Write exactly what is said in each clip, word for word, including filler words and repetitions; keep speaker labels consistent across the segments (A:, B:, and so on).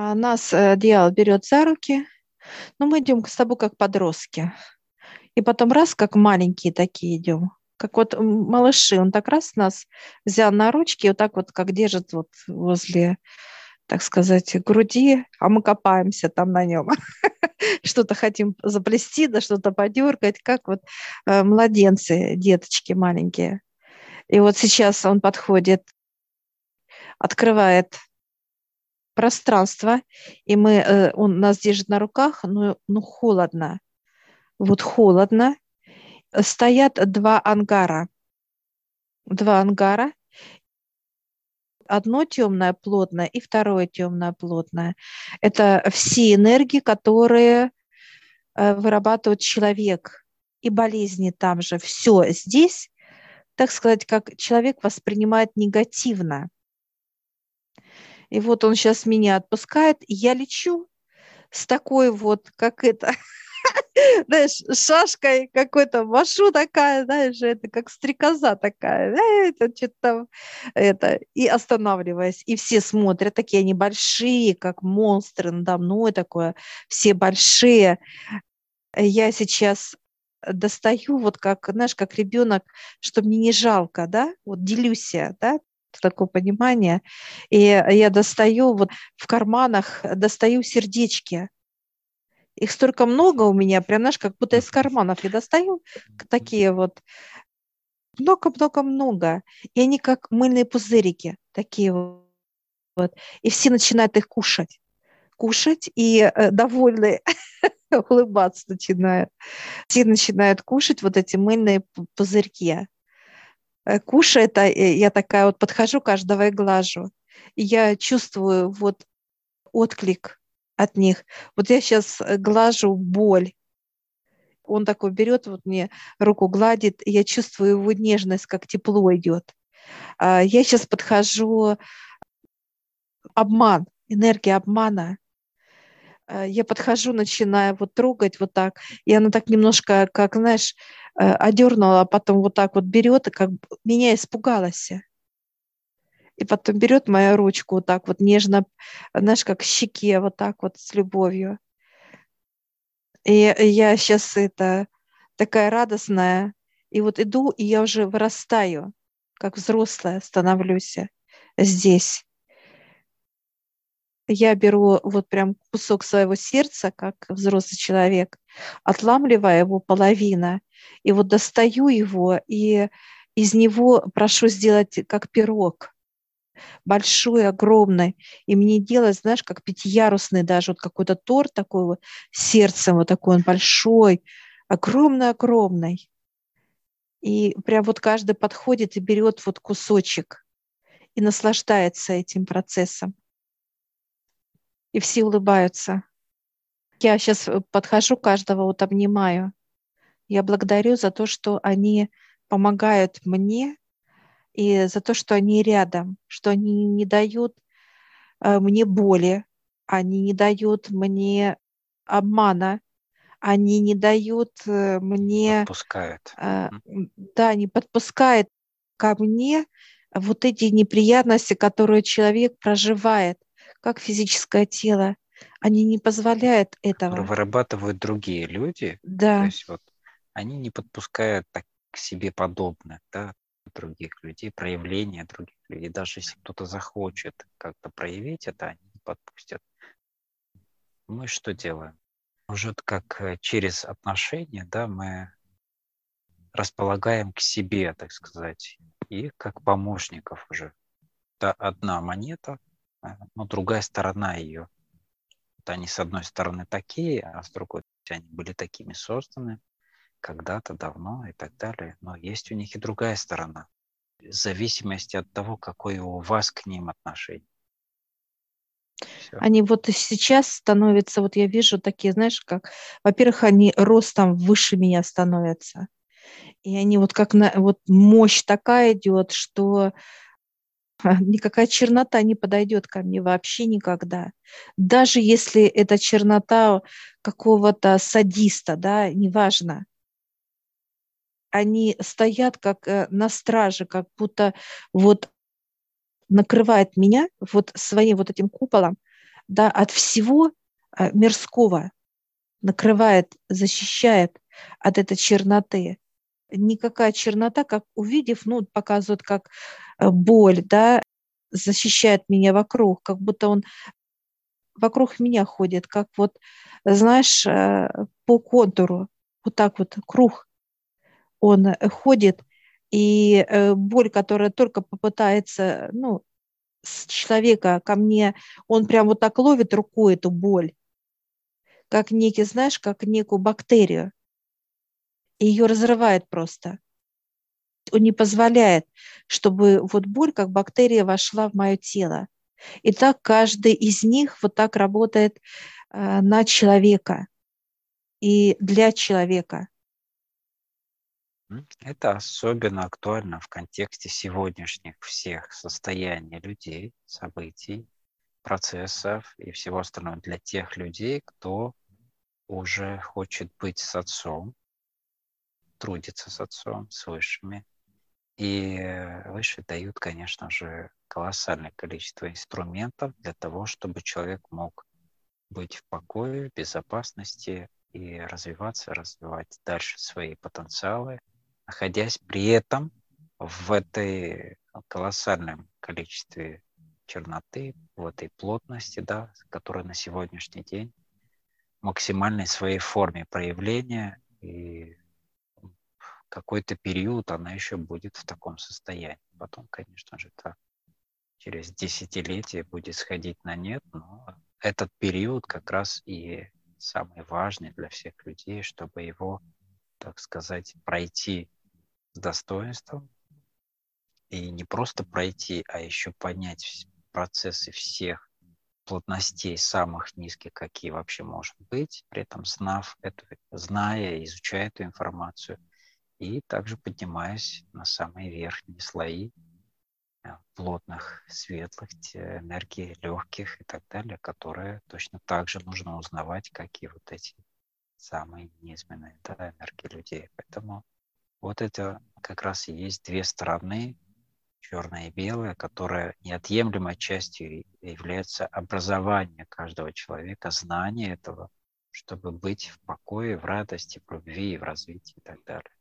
A: А нас э, дьявол берет за руки, но мы идем с тобой как подростки. И потом раз, как маленькие такие идем, как вот м, малыши, он так раз нас взял на ручки, и вот так вот, как держит вот возле, так сказать, груди, а мы копаемся там на нем. Что-то хотим заплести, да что-то подергать, как вот э, младенцы, деточки маленькие. И вот сейчас он подходит, открывает пространство, и мы, э, он нас держит на руках, но ну, холодно. Вот холодно. Стоят два ангара. Два ангара. Одно темное, плотное, и второе темное, плотное. Это все энергии, которые э, вырабатывает человек. И болезни там же. Все здесь, так сказать, как человек воспринимает негативно. И вот он сейчас меня отпускает, и я лечу с такой вот, как это, знаешь, шашкой какой-то машу такая, знаешь, это как стрекоза такая, э, это что-то там, это, и останавливаясь. И все смотрят, такие они большие, как монстры надо мной такое, все большие. Я сейчас достаю, вот как, знаешь, как ребенок, что мне не жалко, да, вот делюсь я, да, такое понимание. И я достаю вот в карманах, достаю сердечки. Их столько много у меня, прям, знаешь, как будто из карманов я достаю такие вот, много-много-много. И они как мыльные пузырики, такие вот. И все начинают их кушать. Кушать и э, довольные улыбаться начинают. Все начинают кушать вот эти мыльные п- пузырьки. Э, Кушает, а э, я такая вот подхожу, каждого и глажу. И я чувствую вот отклик от них. Вот я сейчас глажу боль. Он такой берет, вот мне руку гладит, и я чувствую его нежность, как тепло идет. А я сейчас подхожу, обман, энергия обмана. А я подхожу, начинаю вот трогать вот так, и она так немножко, как, знаешь, э, одернула, а потом вот так вот берет, и как бы меня испугалась. И потом берет мою ручку вот так вот нежно, знаешь, как к щеке, вот так вот с любовью. И я сейчас это такая радостная, и вот иду, и я уже вырастаю, как взрослая становлюсь здесь. Я беру вот прям кусок своего сердца, как взрослый человек, отламливаю его половина, и вот достаю его, и из него прошу сделать как пирог, большой, огромный. И мне делать, знаешь, как пятиярусный даже, вот какой-то торт такой вот, с сердцем вот такой он большой, огромный-огромный. И прям вот каждый подходит и берет вот кусочек и наслаждается этим процессом. И все улыбаются. Я сейчас подхожу, каждого вот обнимаю. Я благодарю за то, что они помогают мне и за то, что они рядом, что они не дают э, мне боли, они не дают мне обмана, они не дают э, мне,
B: Подпускает.
A: э,
B: Мгм.
A: м, да, не подпускает ко мне вот эти неприятности, которые человек проживает, как физическое тело. Они не позволяют
B: Которые
A: этого.
B: вырабатывают другие люди. То
A: Да,
B: есть вот они не подпускают так к себе подобных, да, других людей, проявления других людей. Даже если кто-то захочет как-то проявить это, они не подпустят. Мы что делаем? Уже как э, через отношения, да, мы располагаем к себе, так сказать, и как помощников уже. Это одна монета, а, но другая сторона ее. Вот они с одной стороны такие, а с другой они были такими созданы когда-то давно и так далее. Но есть у них и другая сторона, в зависимости от того, какое у вас к ним отношение. Все.
A: они вот и сейчас становятся, вот я вижу такие, знаешь, как, во-первых, они ростом выше меня становятся. И они вот как на, вот мощь такая идет, что никакая чернота не подойдет ко мне вообще никогда. Даже если это чернота какого-то садиста, да, неважно. Они стоят как э, на страже, как будто вот накрывает меня вот своим вот этим куполом, да, от всего а, мирского, накрывает, защищает от этой черноты. Никакая чернота, как увидев, ну, показывает, как э, боль, да, защищает меня вокруг, как будто он вокруг меня ходит, как вот, знаешь, э, по контуру, вот так вот круг он э, ходит, и э, боль, которая только попытается, ну, с человека ко мне, он прям вот так ловит рукой эту боль, как некий, знаешь, как некую бактерию, и ее разрывает просто. Он не позволяет, чтобы вот боль, как бактерия, вошла в мое тело. И так каждый из них вот так работает э, на человека и для человека.
B: М, Это особенно актуально в контексте сегодняшних всех состояний людей, событий, процессов и всего остального для тех людей, кто уже хочет быть с отцом, трудится с отцом, с высшими. И э, выше дают, конечно же, колоссальное количество инструментов для того, чтобы человек мог быть в покое, в безопасности и развиваться, развивать дальше свои потенциалы, находясь при этом в этой колоссальном количестве черноты, в этой плотности, да, которая на сегодняшний день в максимальной своей форме проявления, и какой-то период она еще будет в таком состоянии. Потом, конечно же, это через десятилетия будет сходить на нет, но этот период как раз и самый важный для всех людей, чтобы его, так сказать, пройти с достоинством, и не просто пройти, а еще понять процессы всех плотностей самых низких, какие вообще может быть, при этом знав эту, зная, изучая эту информацию, и также поднимаясь на самые верхние слои э, плотных, светлых те- энергий, легких и так далее, которые точно так же нужно узнавать, как и вот эти самые низменные, да, энергии людей. Поэтому вот это как раз и есть две стороны, черное и белое, которые неотъемлемой частью является образование каждого человека, знание этого, чтобы быть в покое, в радости, в любви, в развитии и так далее.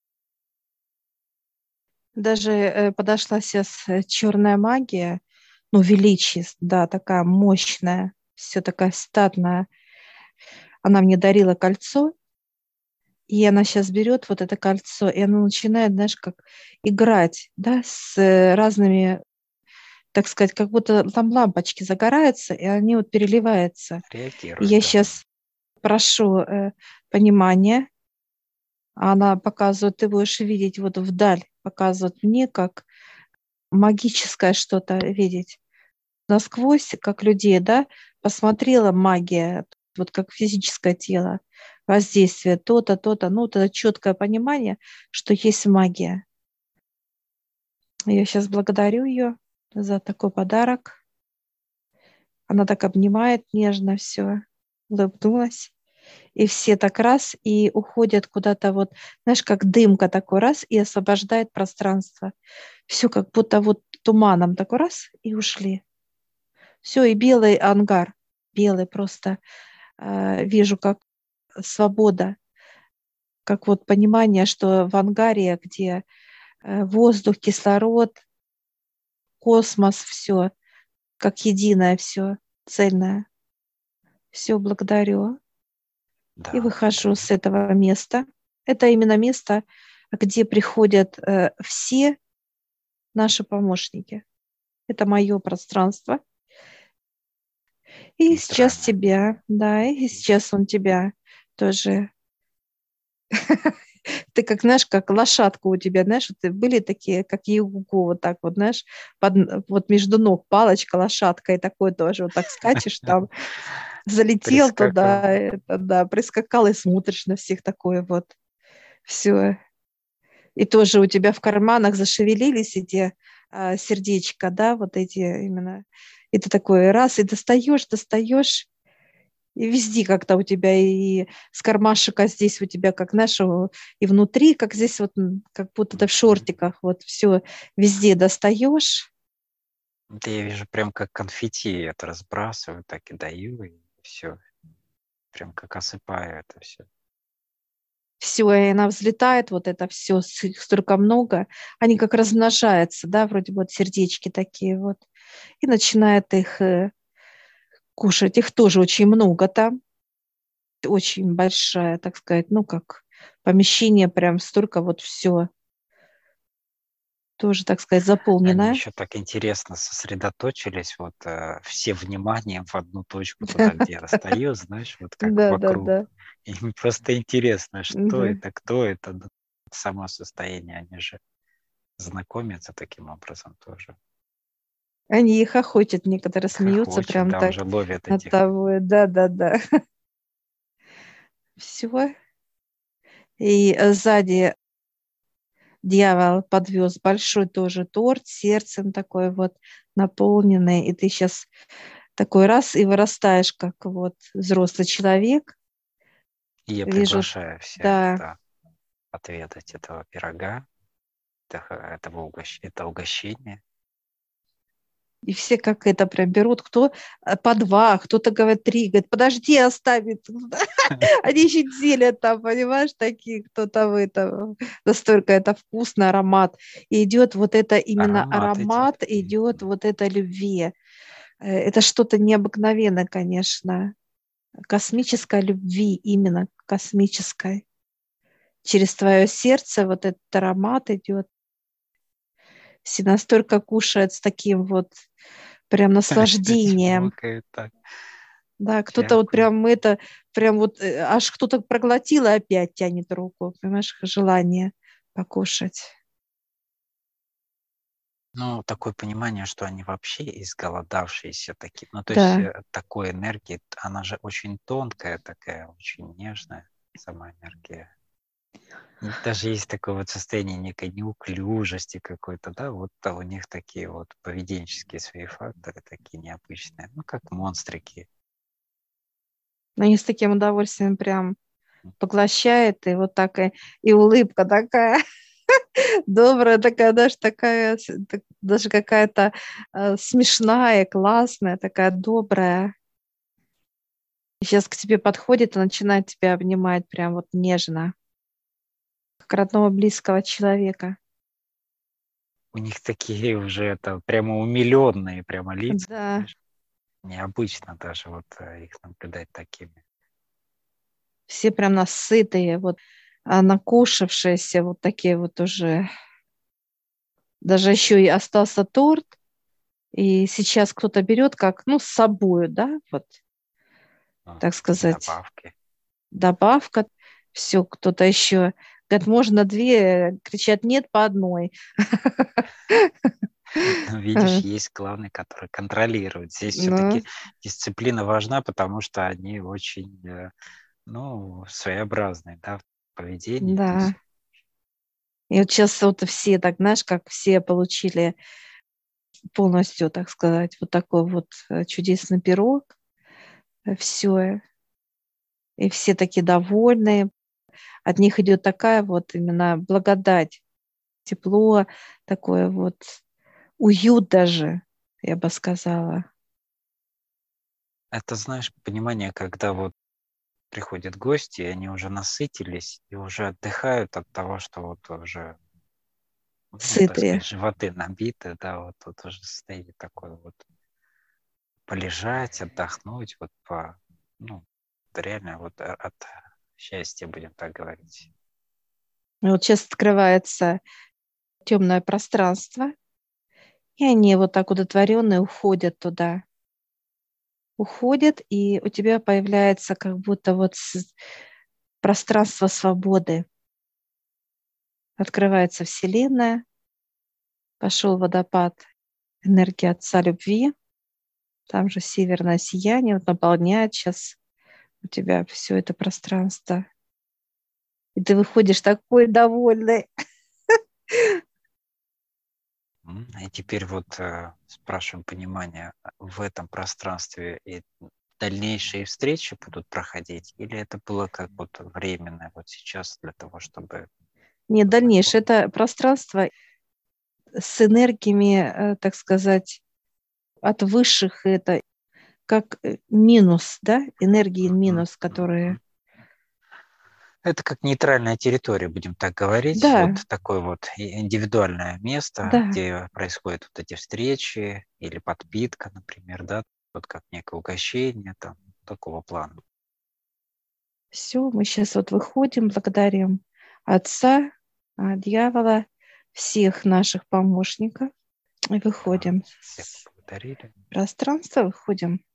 A: Даже э, подошла сейчас черная магия, ну, величие, да, такая мощная, все такая статная. Она мне дарила кольцо, и она сейчас берет вот это кольцо, и она начинает, знаешь, как играть, да, с э, разными, так сказать, как будто там лампочки загораются, и они вот переливаются. И
B: Реагирует,
A: я
B: да.
A: сейчас прошу э, понимания, она показывает, ты будешь видеть вот вдаль, показывает мне, как магическое что-то видеть. Насквозь, как людей, да, посмотрела магия, вот как физическое тело, воздействие, то-то, то-то, ну, вот это четкое понимание, что есть магия. Я сейчас благодарю ее за такой подарок. Она так обнимает нежно все, улыбнулась. И все так раз и уходят куда-то вот, знаешь, как дымка такой раз и освобождает пространство. Все как будто вот туманом такой раз и ушли. Все, и белый ангар, белый просто э, вижу, как свобода, как вот понимание, что в ангаре, где э, воздух, кислород, космос, все как единое, все цельное. Все благодарю. И
B: Да,
A: выхожу с этого места. Это именно место, где приходят э, все наши помощники. Это мое пространство. И сейчас
B: нейтральное.
A: тебя, да, и сейчас он тебя тоже. Ты как, знаешь, как лошадка у тебя, знаешь, вот были такие, как Югу, вот так вот, знаешь, под, вот между ног палочка, лошадка, и такой тоже вот так скачешь там, залетел
B: Прискакал.
A: туда, это, да, прискакал и смотришь на всех такое вот. Все. И тоже у тебя в карманах зашевелились эти а, сердечко, да, вот эти именно. И ты такой раз, и достаешь, достаешь, и везде как-то у тебя и с кармашека здесь у тебя, как нашего, и внутри, как здесь вот, м, как будто ты в
B: Мгм.
A: шортиках, вот все везде достаешь,
B: Это я вижу прям как конфетти это разбрасываю, так и даю, и все. Прям как осыпаю это все.
A: Все, и она взлетает, вот это все, их столько много, они как размножаются, да, вроде вот сердечки такие вот, и начинает их э, кушать. Их тоже очень много там, очень большая, так сказать, ну как помещение, прям столько вот все тоже, так сказать,
B: Они
A: заполненное.
B: еще так интересно сосредоточились, вот э, все вниманием в одну точку туда, где я стою, знаешь, вот как
A: Да, да,
B: вокруг.
A: да.
B: Им просто интересно, что
A: Да.
B: это, кто это, ну, само состояние, они же знакомятся таким образом тоже.
A: Они и хохочут, некоторые смеются
B: Хохочут,
A: прям
B: да,
A: так
B: уже ловят
A: от
B: этих.
A: того. Да, да, да. Все. И э, сзади дьявол подвез большой тоже торт с сердцем такой вот наполненный. И ты сейчас такой раз и вырастаешь, как вот взрослый человек.
B: И я
A: Вижу,
B: приглашаю всех,
A: да.
B: да, отведать этого пирога, этого, этого угощ- это угощение.
A: И все как это прям берут, кто э, по два, кто-то говорит три, говорит, подожди, оставит. Они еще делят там, понимаешь, такие, кто там это, настолько это вкусно, аромат. И идет вот это именно
B: Аромат идет.
A: аромат, идет вот это любви. Э, Это что-то необыкновенное, конечно. Космической любви, именно космической. Через твое сердце вот этот аромат идет. Все настолько кушают с таким вот прям наслаждением.
B: Чмокает так.
A: Да, кто-то вот
B: Дякую.
A: прям это, прям вот э, аж кто-то проглотил и опять тянет руку, понимаешь, желание покушать.
B: Ну, такое понимание, что они вообще изголодавшиеся такие. Ну, то есть
A: Да,
B: э, такой энергии, она же очень тонкая такая, очень нежная сама энергия. И даже есть такое вот состояние некой неуклюжести какой-то, да, вот а у них такие вот поведенческие свои факторы, такие необычные, ну, как монстрики.
A: но они с таким удовольствием прям поглощает, и вот так и, и улыбка такая добрая, такая даже такая, с- так- даже какая-то э, смешная, классная, такая добрая. Сейчас к тебе подходит и начинает тебя обнимать прям вот нежно, как родного близкого человека.
B: У них такие уже это прямо умиленные прямо лица,
A: Да,
B: знаешь. Необычно даже вот э, их наблюдать такими.
A: все прям насытые, вот а накушавшиеся, вот такие вот уже. Даже еще и остался торт, и сейчас кто-то берет как, ну, с собой, да, вот,
B: Ну,
A: так
B: такие
A: сказать,
B: добавки.
A: добавка, все, кто-то еще говорит, можно две, кричат, нет, по одной.
B: Но видишь,
A: Э,
B: есть главный, который контролирует. Здесь
A: Ну,
B: все-таки дисциплина важна, потому что они очень, э, ну, своеобразные, да, в поведении. То
A: да.
B: есть,
A: И вот сейчас вот все, так знаешь, как все получили полностью, так сказать, вот такой вот э, чудесный пирог, все, и все такие довольные. От них идет такая вот именно благодать, тепло, такое вот уют даже, я бы сказала.
B: это, знаешь, понимание, когда вот приходят гости, и они уже насытились и уже отдыхают от того, что вот уже, ну, так
A: Сытые.
B: сказать, животы набиты, да, вот тут уже состояние такое вот полежать, отдохнуть, вот по, ну, реально вот э, от счастья, будем так говорить.
A: И вот сейчас открывается темное пространство, и они вот так удовлетворенные уходят туда. Уходят, и у тебя появляется как будто вот с- пространство свободы. Открывается Вселенная, пошел водопад энергии Отца Любви, там же северное сияние вот наполняет сейчас у тебя все это пространство. И ты выходишь такой довольный.
B: М, И теперь вот э, спрашиваем понимание, а в этом пространстве и дальнейшие встречи будут проходить, или это было как вот временное вот сейчас для того, чтобы
A: Нет, дальнейшее
B: познакомиться?
A: это пространство с энергиями, э, так сказать, от высших это как э, минус, да, энергии
B: Мгм.
A: минус, которые...
B: Это как нейтральная территория, будем так говорить. Вот
A: Да,
B: такое вот и- индивидуальное место,
A: да,
B: где происходят вот эти встречи или подпитка, например, да, вот как некое угощение там такого плана.
A: все, мы сейчас вот выходим, благодарим Отца, а, дьявола, всех наших помощников, и
B: Да,
A: выходим
B: всех
A: с
B: поблагодарили.
A: пространства, выходим